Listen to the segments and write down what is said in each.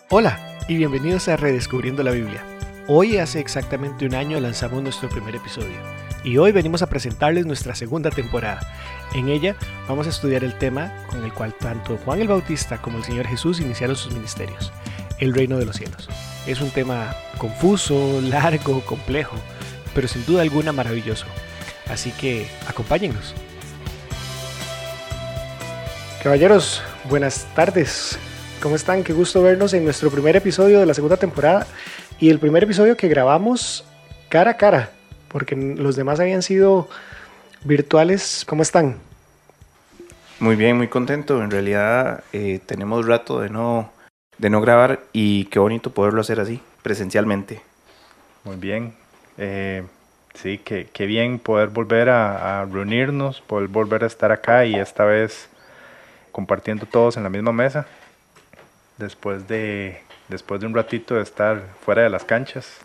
Hola y bienvenidos a Redescubriendo la Biblia. Hoy hace exactamente un año lanzamos nuestro primer episodio y hoy venimos a presentarles nuestra segunda temporada. En ella vamos a estudiar el tema con el cual tanto Juan el Bautista como el Señor Jesús iniciaron sus ministerios, el reino de los cielos. Es un tema confuso, largo, complejo, pero sin duda alguna maravilloso. Así que acompáñennos. Caballeros, buenas tardes. ¿Cómo están? Qué gusto vernos en nuestro primer episodio de la segunda temporada y el primer episodio que grabamos cara a cara, porque los demás habían sido virtuales. ¿Cómo están? Muy bien, muy contento. En realidad tenemos rato de no grabar y qué bonito poderlo hacer así, presencialmente. Muy bien. Sí, qué bien poder volver a reunirnos, poder volver a estar acá y esta vez compartiendo todos en la misma mesa. Después de un ratito de estar fuera de las canchas.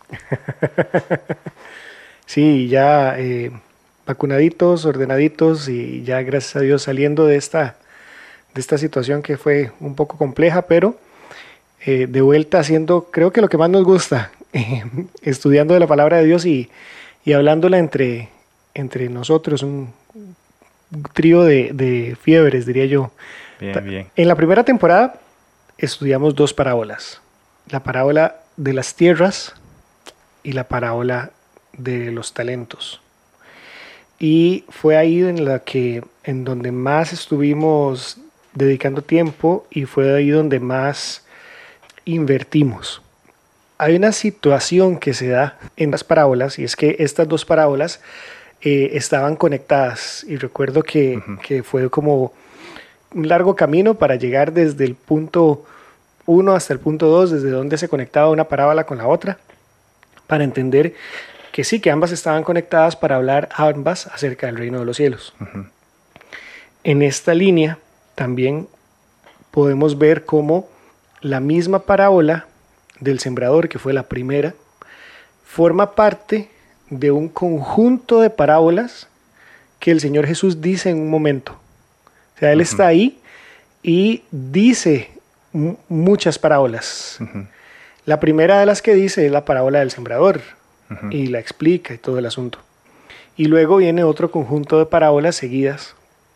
Sí, ya vacunaditos, ordenaditos y ya gracias a Dios saliendo de esta situación que fue un poco compleja, pero de vuelta haciendo creo que lo que más nos gusta, estudiando de la palabra de Dios y hablándola entre nosotros, un trío de fiebres, diría yo. Bien. En la primera temporada estudiamos dos parábolas, la parábola de las tierras y la parábola de los talentos. Y fue ahí en donde más estuvimos dedicando tiempo y fue ahí donde más invertimos. Hay una situación que se da en las parábolas y es que estas dos parábolas estaban conectadas y recuerdo que fue como un largo camino para llegar desde el punto 1 hasta el punto 2, desde donde se conectaba una parábola con la otra, para entender que sí, que ambas estaban conectadas para hablar ambas acerca del reino de los cielos. En esta línea también podemos ver cómo la misma parábola del sembrador, que fue la primera, forma parte de un conjunto de parábolas que el Señor Jesús dice en un momento. O sea, Él está ahí y dice muchas parábolas. La primera de las que dice es la parábola del sembrador y la explica y todo el asunto. Y luego viene otro conjunto de parábolas seguidas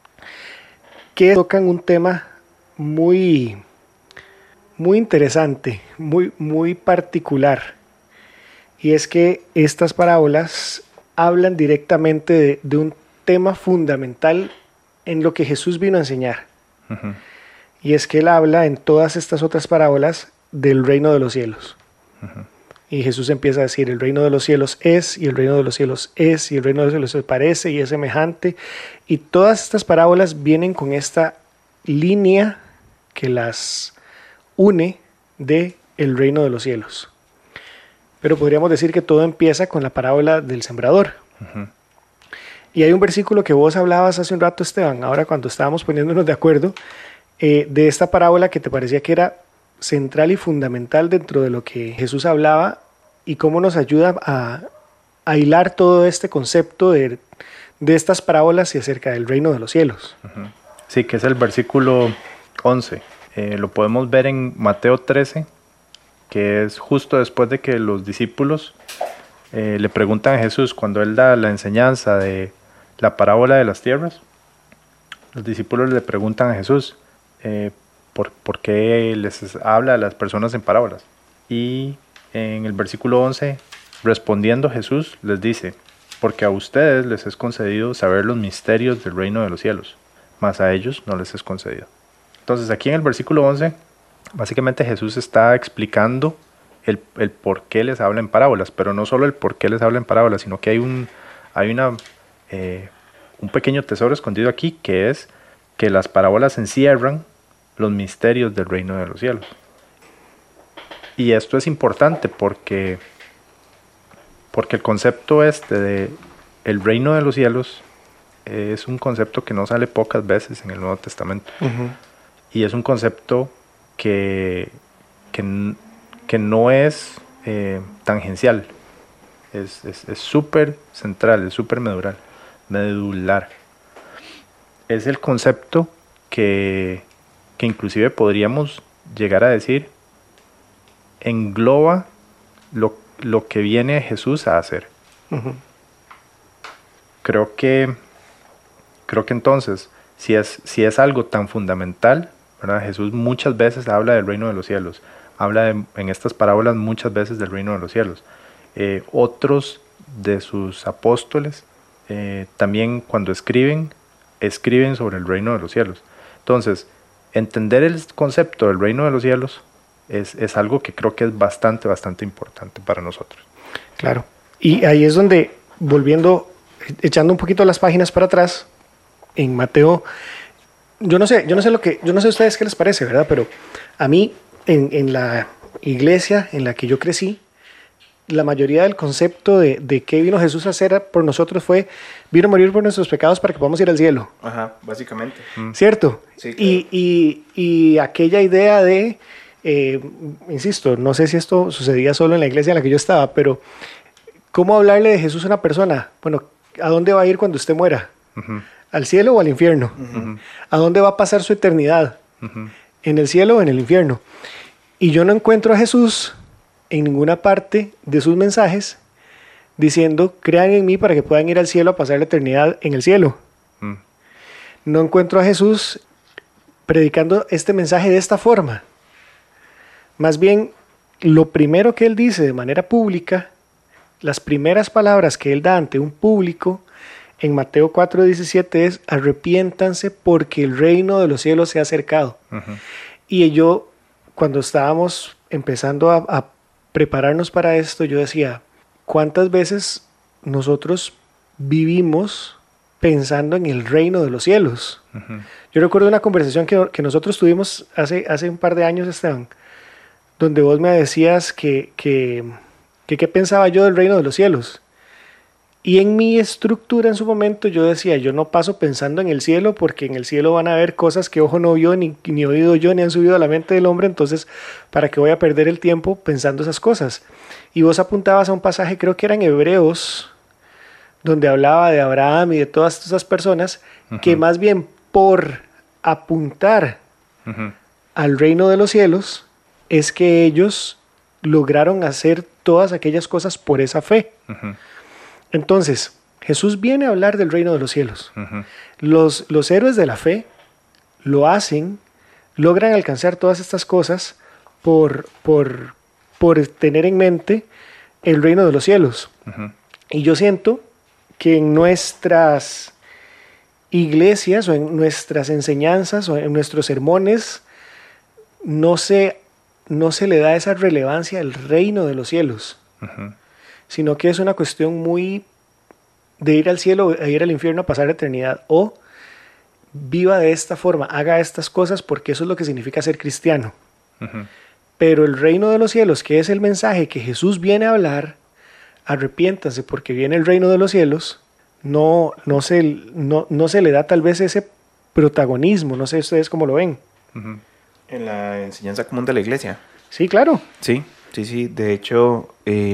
que tocan un tema muy, muy interesante, muy particular. Y es que estas parábolas hablan directamente de un tema fundamental en lo que Jesús vino a enseñar. Y es que Él habla en todas estas otras parábolas del reino de los cielos. Y Jesús empieza a decir, el reino de los cielos es, y el reino de los cielos es, y el reino de los cielos se parece y es semejante. Y todas estas parábolas vienen con esta línea que las une de el reino de los cielos. Pero podríamos decir que todo empieza con la parábola del sembrador. Y hay un versículo que vos hablabas hace un rato, Esteban, ahora cuando estábamos poniéndonos de acuerdo, de esta parábola que te parecía que era central y fundamental dentro de lo que Jesús hablaba y cómo nos ayuda a hilar todo este concepto de estas parábolas y acerca del reino de los cielos. Sí, que es el versículo 11. Lo podemos ver en Mateo 13, que es justo después de que los discípulos le preguntan a Jesús cuando Él da la enseñanza de la parábola de las tierras. Los discípulos le preguntan a Jesús por qué les habla a las personas en parábolas. Y en el versículo 11, respondiendo Jesús, les dice, porque a ustedes les es concedido saber los misterios del reino de los cielos, mas a ellos no les es concedido. Entonces aquí en el versículo 11, básicamente Jesús está explicando el por qué les habla en parábolas, pero no solo el por qué les habla en parábolas, sino que hay un pequeño tesoro escondido aquí, que es que las parábolas encierran los misterios del reino de los cielos. Y esto es importante porque el concepto de el reino de los cielos es un concepto que no sale pocas veces en el Nuevo Testamento. Y es un concepto que no es tangencial. Es súper central, es súper medular. Es el concepto que inclusive podríamos llegar a decir engloba lo que viene Jesús a hacer. Ujú. Creo que entonces, si es algo tan fundamental, ¿verdad? Jesús muchas veces habla del reino de los cielos, en estas parábolas muchas veces del reino de los cielos. Otros de sus apóstoles también cuando escriben sobre el reino de los cielos. Entonces, entender el concepto del reino de los cielos es algo que creo que es bastante, bastante importante para nosotros. Claro. Y ahí es donde, volviendo, echando un poquito las páginas para atrás, en Mateo, yo no sé a ustedes qué les parece, ¿verdad? Pero a mí, en la iglesia en la que yo crecí, la mayoría del concepto de qué vino Jesús a hacer por nosotros vino a morir por nuestros pecados para que podamos ir al cielo. Ajá, básicamente. ¿Cierto? Sí, claro. Y aquella idea de, insisto, no sé si esto sucedía solo en la iglesia en la que yo estaba, pero ¿cómo hablarle de Jesús a una persona? Bueno, ¿a dónde va a ir cuando usted muera? Uh-huh. ¿Al cielo o al infierno? Uh-huh. ¿A dónde va a pasar su eternidad? Uh-huh. ¿En el cielo o en el infierno? Y yo no encuentro a Jesús en ninguna parte de sus mensajes diciendo, crean en mí para que puedan ir al cielo a pasar la eternidad en el cielo. Uh-huh. No encuentro a Jesús predicando este mensaje de esta forma. Más bien, lo primero que él dice de manera pública, las primeras palabras que él da ante un público en Mateo 4:17 es: arrepiéntanse porque el reino de los cielos se ha acercado. Uh-huh. Y yo, cuando estábamos empezando a prepararnos para esto, yo decía, ¿cuántas veces nosotros vivimos pensando en el reino de los cielos? Uh-huh. Yo recuerdo una conversación que nosotros tuvimos hace un par de años, Esteban, donde vos me decías que qué pensaba yo del reino de los cielos. Y en mi estructura en su momento yo decía, yo no paso pensando en el cielo porque en el cielo van a haber cosas que ojo no vio, ni oído yo, ni han subido a la mente del hombre, entonces ¿para qué voy a perder el tiempo pensando esas cosas? Y vos apuntabas a un pasaje, creo que era en Hebreos, donde hablaba de Abraham y de todas esas personas, uh-huh, que más bien por apuntar uh-huh, al reino de los cielos es que ellos lograron hacer todas aquellas cosas por esa fe. uh-huh. Entonces, Jesús viene a hablar del reino de los cielos. Uh-huh. Los héroes de la fe lo hacen, logran alcanzar todas estas cosas por tener en mente el reino de los cielos. Uh-huh. Y yo siento que en nuestras iglesias o en nuestras enseñanzas o en nuestros sermones no se le da esa relevancia al reino de los cielos. Uh-huh. Sino que es una cuestión muy de ir al cielo e ir al infierno a pasar la eternidad, o viva de esta forma, haga estas cosas porque eso es lo que significa ser cristiano. Uh-huh. Pero el reino de los cielos, que es el mensaje que Jesús viene a hablar, arrepiéntanse porque viene el reino de los cielos, no se le da tal vez ese protagonismo, no sé ustedes cómo lo ven. Uh-huh. En la enseñanza común de la iglesia. Sí, claro. Sí, de hecho,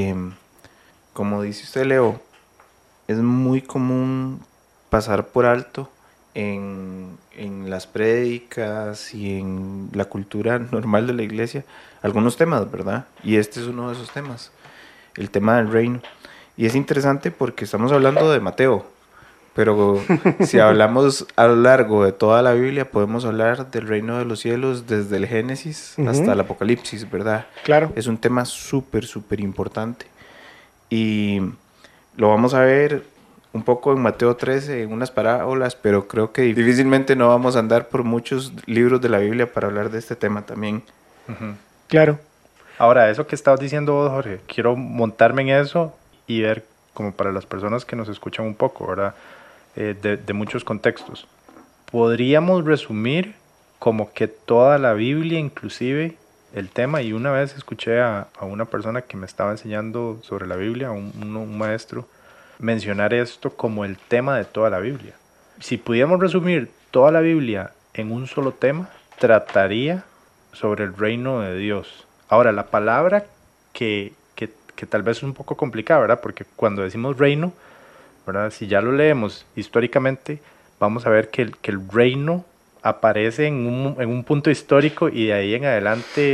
como dice usted, Leo, es muy común pasar por alto en las prédicas y en la cultura normal de la iglesia algunos temas, ¿verdad? Y este es uno de esos temas, el tema del reino. Y es interesante porque estamos hablando de Mateo, pero si hablamos a lo largo de toda la Biblia, podemos hablar del reino de los cielos desde el Génesis Uh-huh. hasta el Apocalipsis, ¿verdad? Claro. Es un tema súper importante. Y lo vamos a ver un poco en Mateo 13, en unas parábolas, pero creo que difícilmente no vamos a andar por muchos libros de la Biblia para hablar de este tema también. Uh-huh. Claro. Ahora, eso que estabas diciendo vos, Jorge, quiero montarme en eso y ver, como para las personas que nos escuchan un poco, ¿verdad? De muchos contextos. Podríamos resumir como que toda la Biblia, inclusive el tema, y una vez escuché a una persona que me estaba enseñando sobre la Biblia, un maestro, mencionar esto como el tema de toda la Biblia. Si pudiéramos resumir toda la Biblia en un solo tema, trataría sobre el reino de Dios. Ahora, la palabra que tal vez es un poco complicada, ¿verdad? Porque cuando decimos reino, ¿verdad? Si ya lo leemos históricamente, vamos a ver que el reino aparece en un punto histórico y de ahí en adelante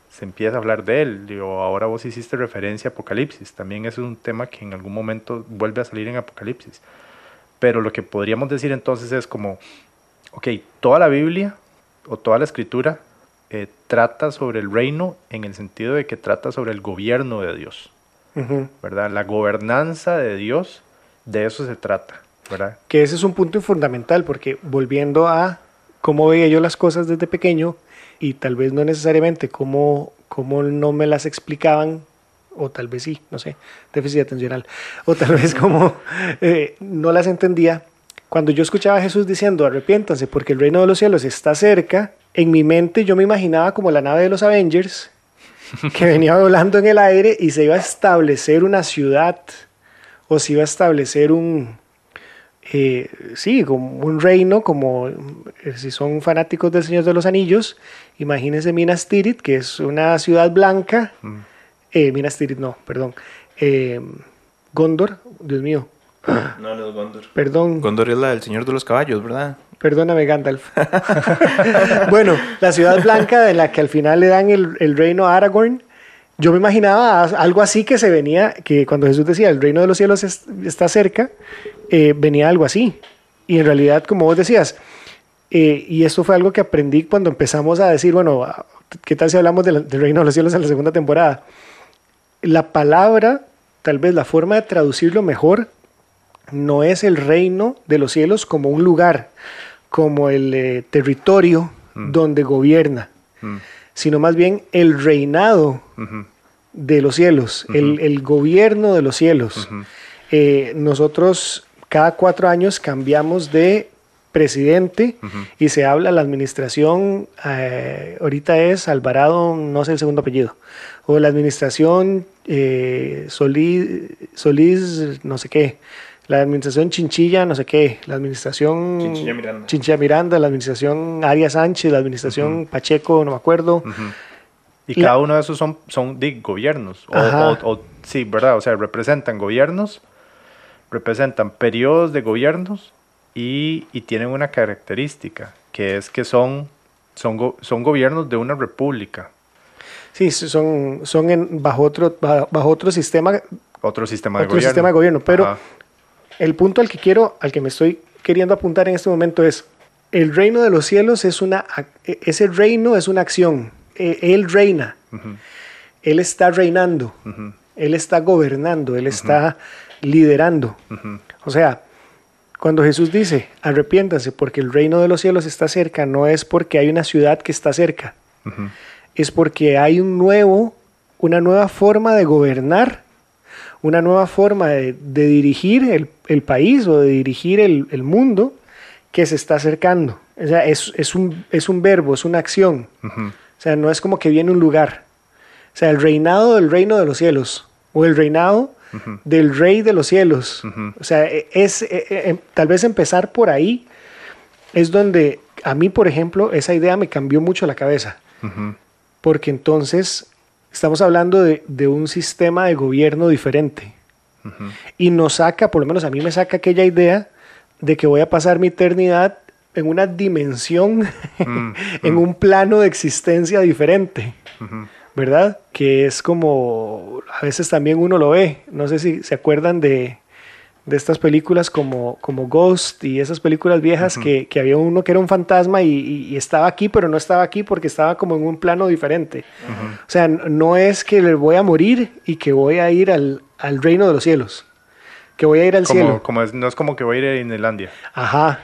se empieza a hablar de él. Digo, ahora vos hiciste referencia a Apocalipsis, también es un tema que en algún momento vuelve a salir en Apocalipsis. Pero lo que podríamos decir entonces es como, ok, toda la Biblia o toda la escritura trata sobre el reino en el sentido de que trata sobre el gobierno de Dios, ¿verdad? La gobernanza de Dios, de eso se trata, ¿verdad? Que ese es un punto fundamental, porque volviendo a cómo veía yo las cosas desde pequeño, y tal vez no necesariamente cómo no me las explicaban, o tal vez sí, no sé, déficit atencional, o tal vez como no las entendía. Cuando yo escuchaba a Jesús diciendo, arrepiéntanse porque el reino de los cielos está cerca, en mi mente yo me imaginaba como la nave de los Avengers, que venía volando en el aire y se iba a establecer una ciudad, o se iba a establecer como un reino, como si son fanáticos del Señor de los Anillos, imagínense Minas Tirith, que es una ciudad blanca, Minas Tirith no, perdón, Gondor, Dios mío. No es Gondor. Perdón. Gondor es la del Señor de los Caballos, ¿verdad? Perdóname, Gandalf. Bueno, la ciudad blanca de la que al final le dan el reino a Aragorn. Yo me imaginaba algo así que se venía, que cuando Jesús decía el reino de los cielos está cerca, venía algo así. Y en realidad, como vos decías, y esto fue algo que aprendí cuando empezamos a decir, bueno, ¿qué tal si hablamos del reino de los cielos en la segunda temporada? La palabra, tal vez la forma de traducirlo mejor, no es el reino de los cielos como un lugar, como el territorio donde gobierna, sino más bien el reinado de los cielos, el gobierno de los cielos. Nosotros cada 4 años cambiamos de presidente y se habla la administración, ahorita es Alvarado, no sé el segundo apellido, o la administración Solís, no sé qué, la administración Chinchilla, no sé qué, la administración Chinchilla Miranda, la administración Arias Sánchez, la administración Pacheco, no me acuerdo. Y cada uno de esos son gobiernos, sí, ¿verdad? O sea, representan gobiernos, representan periodos de gobiernos y tienen una característica, que es que son gobiernos de una república. Sí, son bajo otro sistema. Otro sistema de gobierno, pero el punto al que me estoy queriendo apuntar en este momento es, el reino de los cielos ese reino es una acción. Él reina, Él está reinando, Él está gobernando, Él está liderando. O sea, cuando Jesús dice, arrepiéntanse porque el reino de los cielos está cerca, no es porque hay una ciudad que está cerca, es porque hay una nueva forma de gobernar, una nueva forma de dirigir el país o de dirigir el mundo que se está acercando. O sea, es un verbo, es una acción. O sea, no es como que viene un lugar. O sea, el reinado del reino de los cielos o el reinado del rey de los cielos. O sea, tal vez empezar por ahí es donde a mí, por ejemplo, esa idea me cambió mucho la cabeza. Porque entonces estamos hablando de un sistema de gobierno diferente. Y nos saca, por lo menos a mí me saca aquella idea de que voy a pasar mi eternidad en una dimensión, en un plano de existencia diferente, ¿verdad? Que es como, a veces también uno lo ve, no sé si se acuerdan de estas películas como Ghost y esas películas viejas que había uno que era un fantasma y estaba aquí, pero no estaba aquí porque estaba como en un plano diferente. O sea, no es que le voy a morir y que voy a ir al reino de los cielos, que voy a ir al cielo. No es como que voy a ir a Disneylandia. Ajá.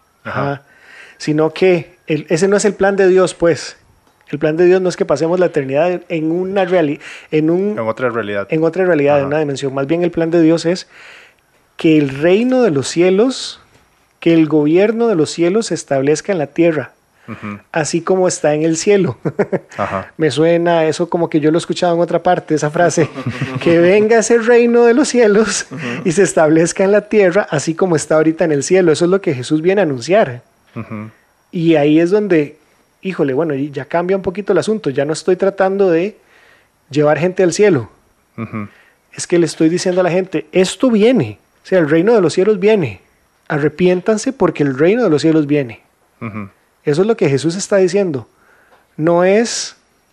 Sino que ese no es el plan de Dios, pues. El plan de Dios no es que pasemos la eternidad en otra realidad, en una dimensión. Más bien el plan de Dios es que el reino de los cielos, que el gobierno de los cielos se establezca en la tierra, así como está en el cielo. Me suena eso como que yo lo he escuchado en otra parte, esa frase, que venga ese reino de los cielos y se establezca en la tierra, así como está ahorita en el cielo. Eso es lo que Jesús viene a anunciar. Y ahí es donde, híjole, bueno, ya cambia un poquito el asunto. Ya no estoy tratando de llevar gente al cielo. Es que le estoy diciendo a la gente, esto viene. O sea, el reino de los cielos viene. Arrepiéntanse porque el reino de los cielos viene. Eso es lo que Jesús está diciendo. No es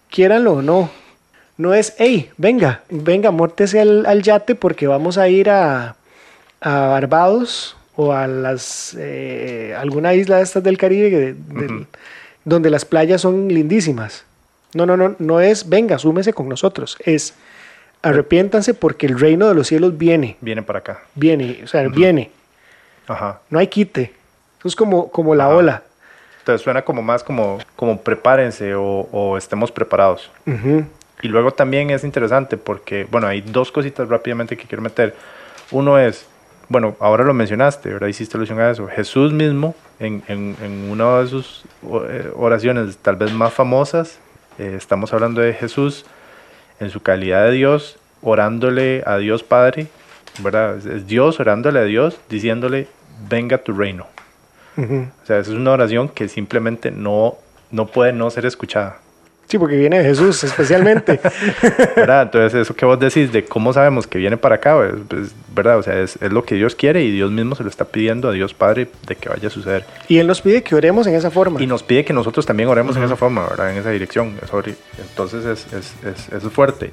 Quiéranlo o no. No es, hey, venga, móntese al yate porque vamos a ir a Barbados o a alguna isla de estas del Caribe donde las playas son lindísimas. No es, venga, súmese con nosotros. Es, arrepiéntanse porque el reino de los cielos viene. Viene para acá. Viene, o sea, viene. Ajá. No hay quite. Eso es como la ola. Entonces suena como más como prepárense o estemos preparados. Uh-huh. Y luego también es interesante porque, bueno, hay dos cositas rápidamente que quiero meter. Uno es, bueno, ahora lo mencionaste, ¿verdad? Hiciste alusión a eso. Jesús mismo, en una de sus oraciones tal vez más famosas, estamos hablando de Jesús en su calidad de Dios, orándole a Dios Padre, ¿verdad? Es Dios orándole a Dios, diciéndole, venga tu reino. Uh-huh. O sea, esa es una oración que simplemente no puede no ser escuchada. Sí, porque viene de Jesús especialmente. ¿Verdad? Entonces eso que vos decís de cómo sabemos que viene para acá, pues, ¿verdad? O sea, es lo que Dios quiere y Dios mismo se lo está pidiendo a Dios Padre de que vaya a suceder. Y Él nos pide que oremos en esa forma. Y nos pide que nosotros también oremos uh-huh. en esa forma, ¿verdad? En esa dirección. Entonces es fuerte.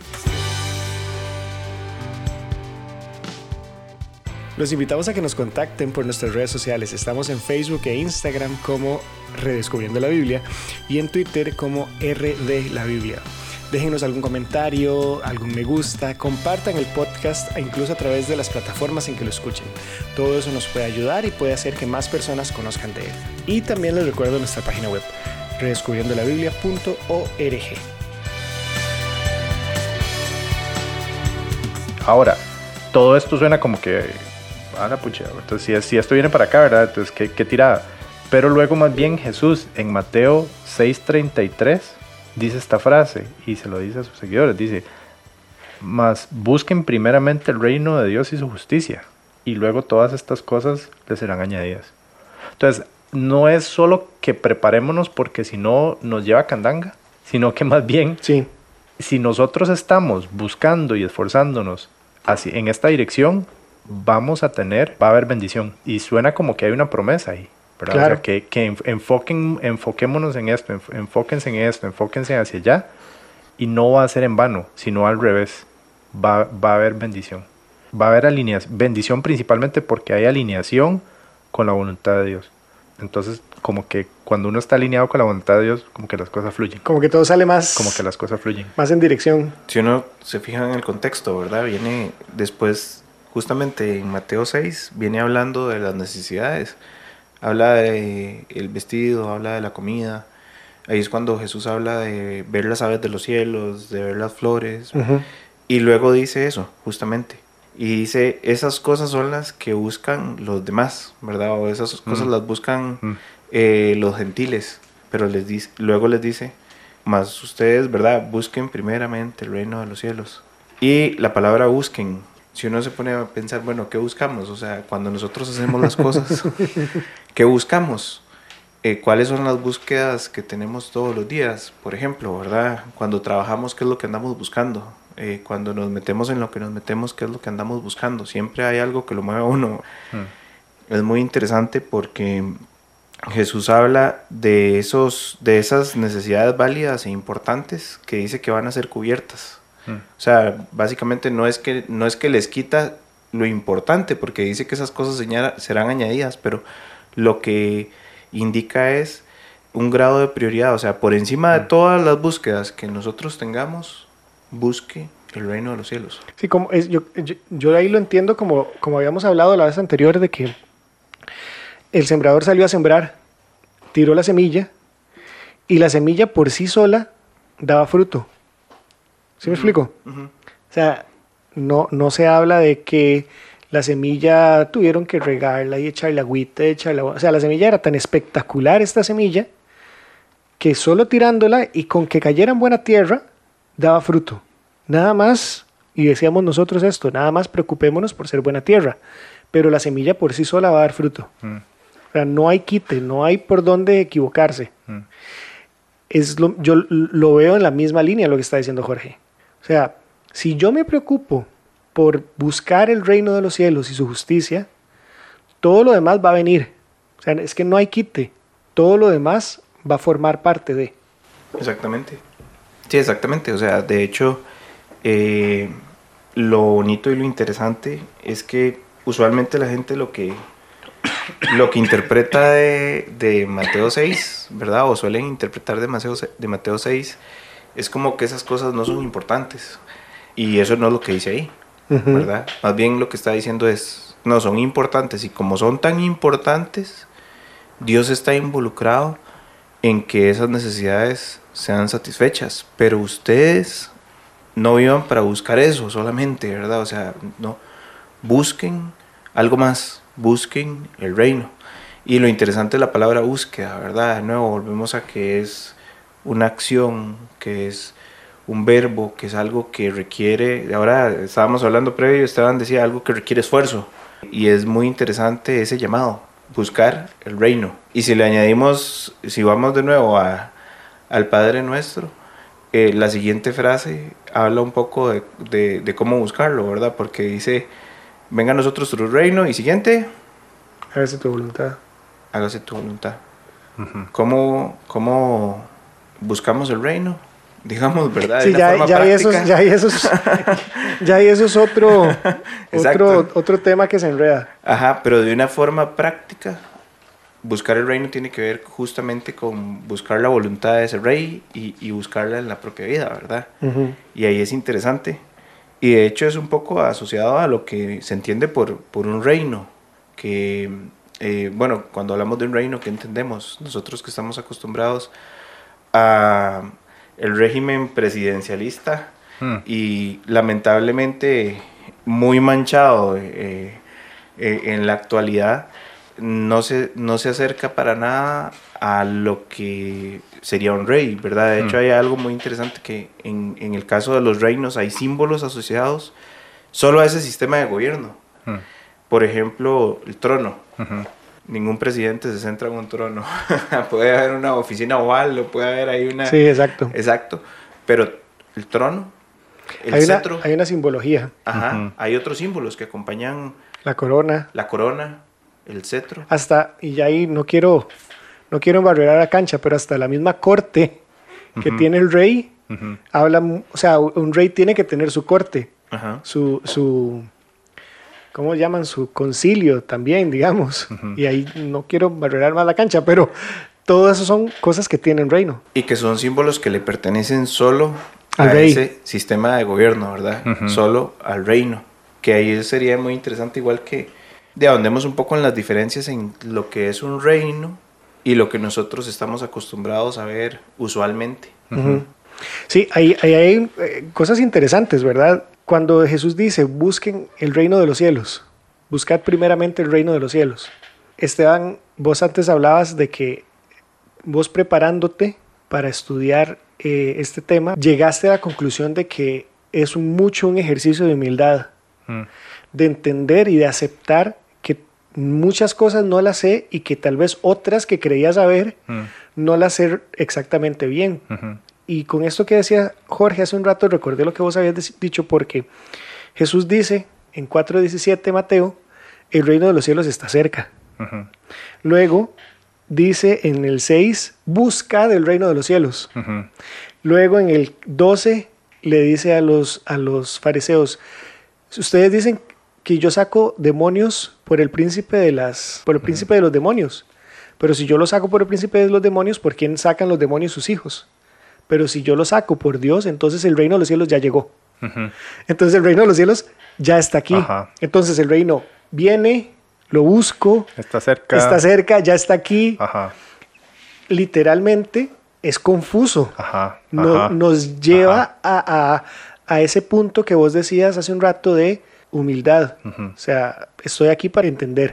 Los invitamos a que nos contacten por nuestras redes sociales. Estamos en Facebook e Instagram como Redescubriendo la Biblia y en Twitter como RD La Biblia. Déjenos algún comentario, algún me gusta, compartan el podcast incluso a través de las plataformas en que lo escuchen. Todo eso nos puede ayudar y puede hacer que más personas conozcan de él. Y también les recuerdo nuestra página web, redescubriendolabiblia.org. Ahora, todo esto suena como que... a la pucha, entonces si esto viene para acá, ¿verdad? Entonces qué tirada. Pero luego más bien Jesús en Mateo 6:33 dice esta frase y se lo dice a sus seguidores, dice, mas busquen primeramente el reino de Dios y su justicia y luego todas estas cosas les serán añadidas. Entonces no es solo que preparémonos porque si no nos lleva a candanga, sino que más bien sí. Si nosotros estamos buscando y esforzándonos así, en esta dirección, va a haber bendición. Y suena como que hay una promesa ahí, ¿verdad? Claro. O sea, que enfoquémonos en esto, enfóquense en esto, enfóquense hacia allá, y no va a ser en vano, sino al revés, va a haber bendición. Va a haber bendición principalmente porque hay alineación con la voluntad de Dios. Entonces, como que cuando uno está alineado con la voluntad de Dios, como que las cosas fluyen. Como que todo sale más... Como que las cosas fluyen. Más en dirección. Si uno se fija en el contexto, ¿verdad? Viene después... Justamente en Mateo 6 viene hablando de las necesidades. Habla de el vestido, habla de la comida. Ahí es cuando Jesús habla de ver las aves de los cielos, de ver las flores. Uh-huh. Y luego dice eso, justamente. Y dice, esas cosas son las que buscan los demás, ¿verdad? O esas cosas las buscan los gentiles. Pero luego les dice, mas ustedes, ¿verdad? Busquen primeramente el reino de los cielos. Y la palabra busquen... Si uno se pone a pensar, bueno, ¿qué buscamos? O sea, cuando nosotros hacemos las cosas, ¿qué buscamos? ¿Cuáles son las búsquedas que tenemos todos los días? Por ejemplo, ¿verdad? Cuando trabajamos, ¿qué es lo que andamos buscando? Cuando nos metemos en lo que nos metemos, ¿qué es lo que andamos buscando? Siempre hay algo que lo mueve a uno. Es muy interesante porque Jesús habla de esas necesidades válidas e importantes que dice que van a ser cubiertas. O sea, básicamente no es que les quita lo importante, porque dice que esas cosas serán añadidas, pero lo que indica es un grado de prioridad. O sea, por encima de todas las búsquedas que nosotros tengamos, busque el reino de los cielos. Sí, como yo ahí lo entiendo como habíamos hablado la vez anterior, de que el sembrador salió a sembrar, tiró la semilla, y la semilla por sí sola daba fruto. ¿Sí me explico? Uh-huh. O sea, no se habla de que la semilla tuvieron que regarla y echarle agüita, o sea, la semilla era tan espectacular, esta semilla, que solo tirándola y con que cayera en buena tierra, daba fruto. Nada más, y decíamos nosotros esto, nada más preocupémonos por ser buena tierra, pero la semilla por sí sola va a dar fruto. O sea, no hay quite, no hay por dónde equivocarse. Yo lo veo en la misma línea lo que está diciendo Jorge. O sea, si yo me preocupo por buscar el reino de los cielos y su justicia, todo lo demás va a venir. O sea, es que no hay quite. Todo lo demás va a formar parte de. Exactamente. Sí, exactamente. O sea, de hecho, lo bonito y lo interesante es que usualmente la gente lo que interpreta de Mateo 6, ¿verdad? O suelen interpretar de Mateo 6, es como que esas cosas no son importantes. Y eso no es lo que dice ahí, ¿verdad? Más bien lo que está diciendo es, no, son importantes. Y como son tan importantes, Dios está involucrado en que esas necesidades sean satisfechas. Pero ustedes no vivan para buscar eso solamente, ¿verdad? O sea, no, busquen algo más, busquen el reino. Y lo interesante es la palabra búsqueda, ¿verdad? De nuevo, volvemos a que es una acción, que es un verbo, que es algo que requiere, ahora estábamos hablando previo, Esteban decía algo que requiere esfuerzo. Y es muy interesante ese llamado, buscar el reino. Y si le añadimos, si vamos de nuevo al Padre Nuestro, la siguiente frase habla un poco de cómo buscarlo, ¿verdad? Porque dice, venga a nosotros tu reino, y siguiente, Hágase tu voluntad. hágase tu voluntad. ¿Cómo buscamos el reino? Digamos, ¿verdad? Sí, de una forma práctica. Ya eso es otro tema que se enreda. Ajá, pero de una forma práctica, buscar el reino tiene que ver justamente con buscar la voluntad de ese rey y buscarla en la propia vida, ¿verdad? Y ahí es interesante. Y de hecho es un poco asociado a lo que se entiende por un reino. Que, bueno, cuando hablamos de un reino, ¿qué entendemos? Nosotros que estamos acostumbrados a el régimen presidencialista y lamentablemente muy manchado en la actualidad, no se acerca para nada a lo que sería un rey, ¿verdad? De hecho hay algo muy interesante que en el caso de los reinos hay símbolos asociados solo a ese sistema de gobierno. Por ejemplo, el trono. Ningún presidente se centra en un trono. Puede haber una oficina oval o puede haber ahí una... Sí, exacto. Exacto. Pero el trono, el Hay cetro... hay una simbología. Ajá. Hay otros símbolos que acompañan La corona. la corona, el cetro. Y ya ahí no quiero embarrear la cancha, pero hasta la misma corte que tiene el rey, habla, o sea, un rey tiene que tener su corte, Ajá. su ¿cómo llaman? Su concilio también, digamos. Y ahí no quiero barrerar más la cancha, pero todo eso son cosas que tienen reino. Y que son símbolos que le pertenecen solo Al a rey. ese sistema de gobierno, ¿verdad? Solo al reino. Que ahí sería muy interesante, igual que de ahondemos un poco en las diferencias en lo que es un reino y lo que nosotros estamos acostumbrados a ver usualmente. Sí, ahí hay cosas interesantes, ¿verdad? Cuando Jesús dice, busquen el reino de los cielos, buscad primeramente el reino de los cielos. Esteban, vos antes hablabas de que vos preparándote para estudiar este tema, llegaste a la conclusión de que es mucho un ejercicio de humildad, de entender y de aceptar que muchas cosas no las sé y que tal vez otras que creía saber no las sé exactamente bien. Y con esto que decía Jorge hace un rato, recordé lo que vos habías dicho, porque Jesús dice en 4:17 Mateo, el reino de los cielos está cerca. Luego dice en el 6, busca del reino de los cielos. Luego en el 12 le dice a los fariseos, ustedes dicen que yo saco demonios por el príncipe de los demonios, pero si yo lo saco por el príncipe de los demonios, ¿por quién sacan los demonios sus hijos? Pero si yo lo saco por Dios, entonces el reino de los cielos ya llegó. Entonces el reino de los cielos ya está aquí. Entonces el reino viene, lo busco, está cerca, ya está aquí. Literalmente es confuso. Nos lleva a ese punto que vos decías hace un rato de humildad. O sea, estoy aquí para entender.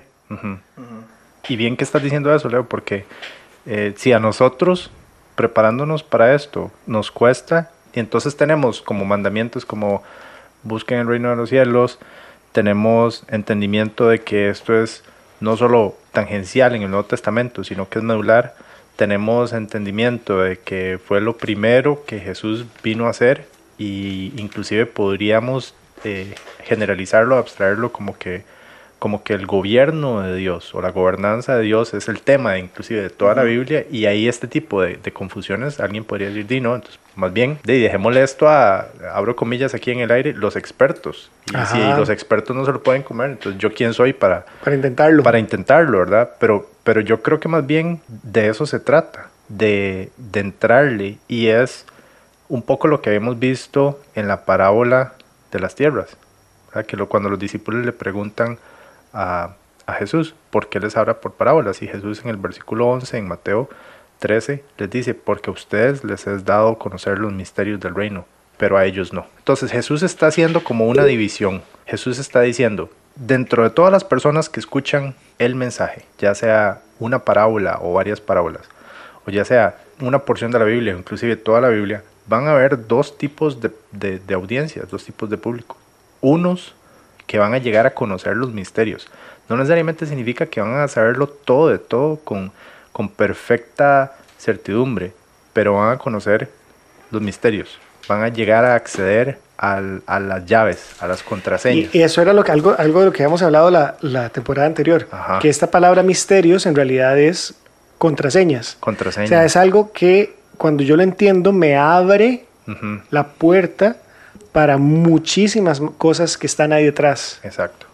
Y bien que estás diciendo eso, Leo, porque si a nosotros preparándonos para esto nos cuesta, y entonces tenemos como mandamientos como busquen el reino de los cielos, tenemos entendimiento de que esto es no solo tangencial en el Nuevo Testamento, sino que es medular, tenemos entendimiento de que fue lo primero que Jesús vino a hacer, y inclusive podríamos generalizarlo, abstraerlo como como que el gobierno de Dios o la gobernanza de Dios es el tema inclusive de toda la Biblia, y ahí este tipo de confusiones, alguien podría decir, no, entonces más bien dejémosle esto abro comillas aquí en el aire, los expertos. Y Ajá. si los expertos no se lo pueden comer, entonces yo quién soy para intentarlo. Para intentarlo, ¿verdad? Pero yo creo que más bien de eso se trata, de entrarle, y es un poco lo que habíamos visto en la parábola de las tierras, ¿verdad? Que cuando los discípulos le preguntan a Jesús por qué les habla por parábolas, y Jesús en el versículo 11 en Mateo 13 les dice, porque a ustedes les es dado conocer los misterios del reino, pero a ellos no. Entonces Jesús está haciendo como una división. Jesús está diciendo, dentro de todas las personas que escuchan el mensaje, ya sea una parábola o varias parábolas, o ya sea una porción de la Biblia, inclusive toda la Biblia, van a haber dos tipos de audiencias, dos tipos de público. Unos que van a llegar a conocer los misterios. No necesariamente significa que van a saberlo todo de todo con perfecta certidumbre, pero van a conocer los misterios. Van a llegar a acceder a las llaves, a las contraseñas. Y eso era algo de lo que habíamos hablado la temporada anterior. Ajá. Que esta palabra misterios en realidad es contraseñas. Contraseñas. O sea, es algo que cuando yo lo entiendo me abre la puerta para muchísimas cosas que están ahí detrás. Exacto.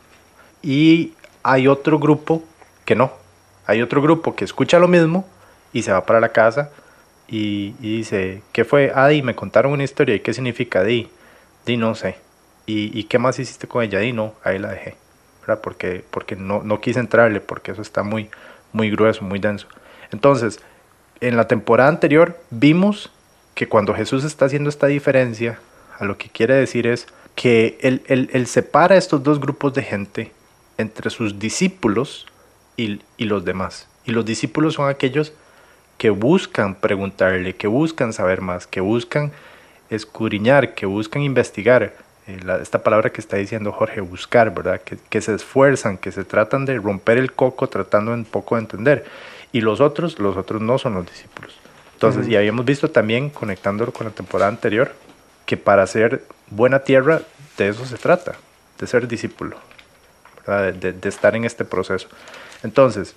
Y hay otro grupo que no. Hay otro grupo que escucha lo mismo y se va para la casa y dice, ¿qué fue? Me contaron una historia. ¿Y qué significa? Di, no sé. ¿Y qué más hiciste con ella? No, ahí la dejé, ¿verdad? Porque no quise entrarle, porque eso está muy, muy grueso, muy denso. Entonces, en la temporada anterior vimos que cuando Jesús está haciendo esta diferencia, a lo que quiere decir es que él separa estos dos grupos de gente entre sus discípulos y los demás. Y los discípulos son aquellos que buscan preguntarle, que buscan saber más, que buscan escudriñar, que buscan investigar. Esta palabra que está diciendo Jorge, buscar, ¿verdad? Que se esfuerzan, que se tratan de romper el coco tratando un poco de entender. Y los otros no son los discípulos. Entonces, y habíamos visto también, conectándolo con la temporada anterior, que para ser buena tierra, de eso se trata, de ser discípulo, ¿verdad? De estar en este proceso. Entonces,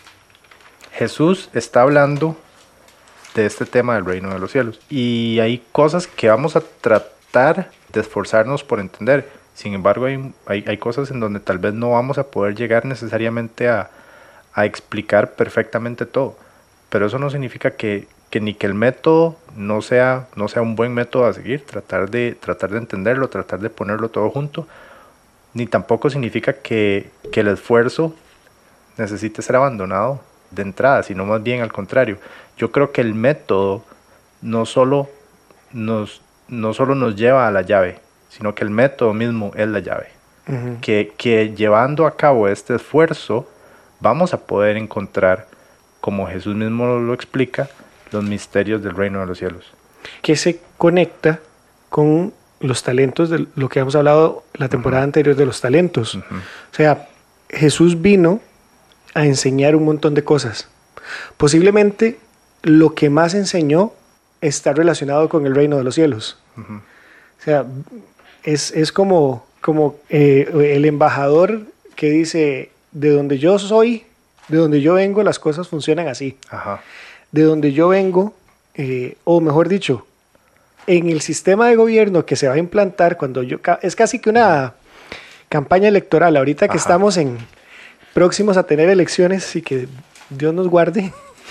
Jesús está hablando de este tema del reino de los cielos. Y hay cosas que vamos a tratar de esforzarnos por entender. Sin embargo, hay cosas en donde tal vez no vamos a poder llegar necesariamente a explicar perfectamente todo. Pero eso no significa que ni que el método no sea un buen método a seguir, tratar de entenderlo, tratar de ponerlo todo junto, ni tampoco significa que el esfuerzo necesite ser abandonado de entrada, sino más bien al contrario. Yo creo que el método no solo nos lleva a la llave, sino que el método mismo es la llave. Que llevando a cabo este esfuerzo vamos a poder encontrar, como Jesús mismo lo explica, los misterios del reino de los cielos. Que se conecta con los talentos, de lo que hemos hablado la temporada anterior de los talentos. O sea, Jesús vino a enseñar un montón de cosas. Posiblemente lo que más enseñó está relacionado con el reino de los cielos. O sea, es como el embajador que dice, de donde yo soy, de donde yo vengo, las cosas funcionan así. Ajá. De donde yo vengo, o mejor dicho, en el sistema de gobierno que se va a implantar es casi que una campaña electoral. Ahorita que estamos próximos a tener elecciones y que Dios nos guarde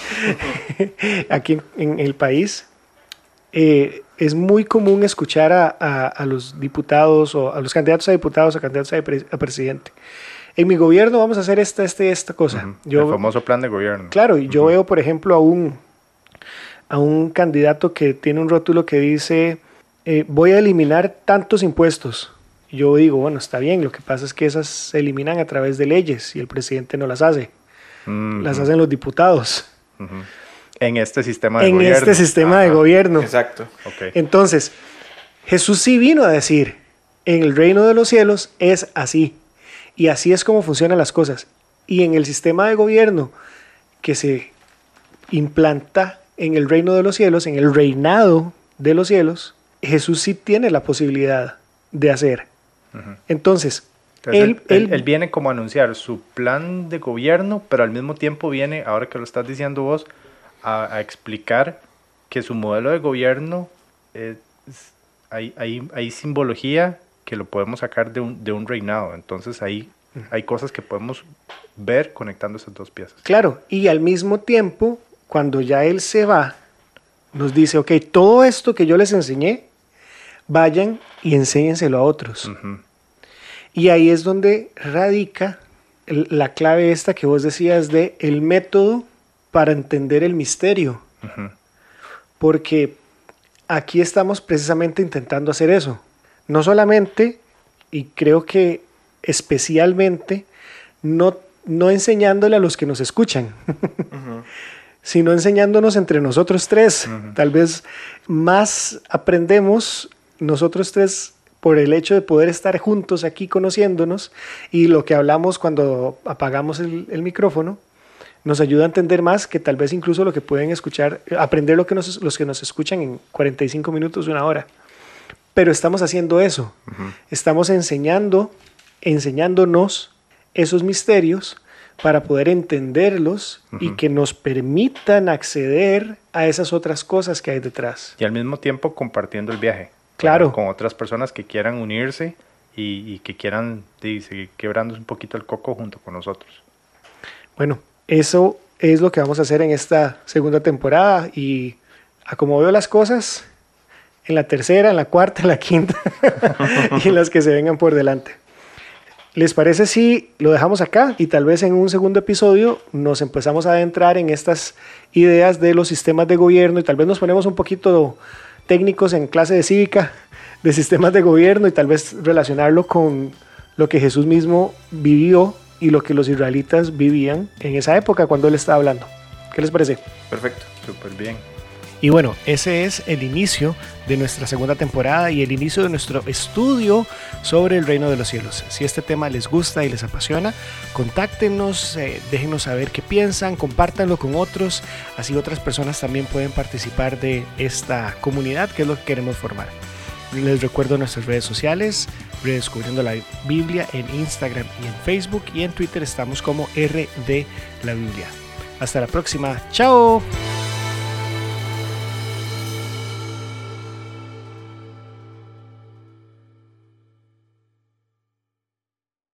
aquí en el país, es muy común escuchar a los diputados o a los candidatos a diputados o candidatos a presidente. En mi gobierno vamos a hacer esta cosa. El famoso plan de gobierno. Claro, y yo veo, por ejemplo, a un candidato que tiene un rótulo que dice, voy a eliminar tantos impuestos. Y yo digo, bueno, está bien, lo que pasa es que esas se eliminan a través de leyes y el presidente no las hace. Las hacen los diputados. En este sistema de gobierno. En este sistema de gobierno. Exacto. Okay. Entonces, Jesús sí vino a decir, en el reino de los cielos es así. Y así es como funcionan las cosas. Y en el sistema de gobierno que se implanta en el reino de los cielos, en el reinado de los cielos, Jesús sí tiene la posibilidad de hacer. Entonces, Entonces, él viene como a anunciar su plan de gobierno, pero al mismo tiempo viene, ahora que lo estás diciendo vos, a explicar que su modelo de gobierno hay simbología que lo podemos sacar de un reinado. Entonces hay cosas que podemos ver conectando esas dos piezas. Claro, y al mismo tiempo, cuando ya él se va, nos dice, ok, todo esto que yo les enseñé, vayan y enséñenselo a otros. Uh-huh. Y ahí es donde radica la clave esta que vos decías de el método para entender el misterio. Uh-huh. Porque aquí estamos precisamente intentando hacer eso. No solamente, y creo que especialmente, no enseñándole a los que nos escuchan, uh-huh. sino enseñándonos entre nosotros tres. Uh-huh. Tal vez más aprendemos nosotros tres por el hecho de poder estar juntos aquí conociéndonos, y lo que hablamos cuando apagamos el micrófono nos ayuda a entender más que tal vez incluso lo que pueden escuchar, aprender los que nos escuchan en 45 minutos, una hora. Pero estamos haciendo eso. Uh-huh. Estamos enseñándonos esos misterios para poder entenderlos, uh-huh. y que nos permitan acceder a esas otras cosas que hay detrás. Y al mismo tiempo compartiendo el viaje. Claro. Con otras personas que quieran unirse y que quieran seguir quebrándose un poquito el coco junto con nosotros. Bueno, eso es lo que vamos a hacer en esta segunda temporada, y a como veo las cosas, en la tercera, en la cuarta, en la quinta y en las que se vengan por delante. ¿Les parece si lo dejamos acá y tal vez en un segundo episodio nos empezamos a adentrar en estas ideas de los sistemas de gobierno, y tal vez nos ponemos un poquito técnicos en clase de cívica de sistemas de gobierno, y tal vez relacionarlo con lo que Jesús mismo vivió y lo que los israelitas vivían en esa época cuando él estaba hablando? ¿Qué les parece? Perfecto. Súper bien. Y bueno, ese es el inicio de nuestra segunda temporada y el inicio de nuestro estudio sobre el reino de los cielos. Si este tema les gusta y les apasiona, contáctenos, déjenos saber qué piensan, compártanlo con otros, así otras personas también pueden participar de esta comunidad, que es lo que queremos formar. Les recuerdo nuestras redes sociales, Redescubriendo la Biblia en Instagram y en Facebook, y en Twitter estamos como RD La Biblia. Hasta la próxima. ¡Chao!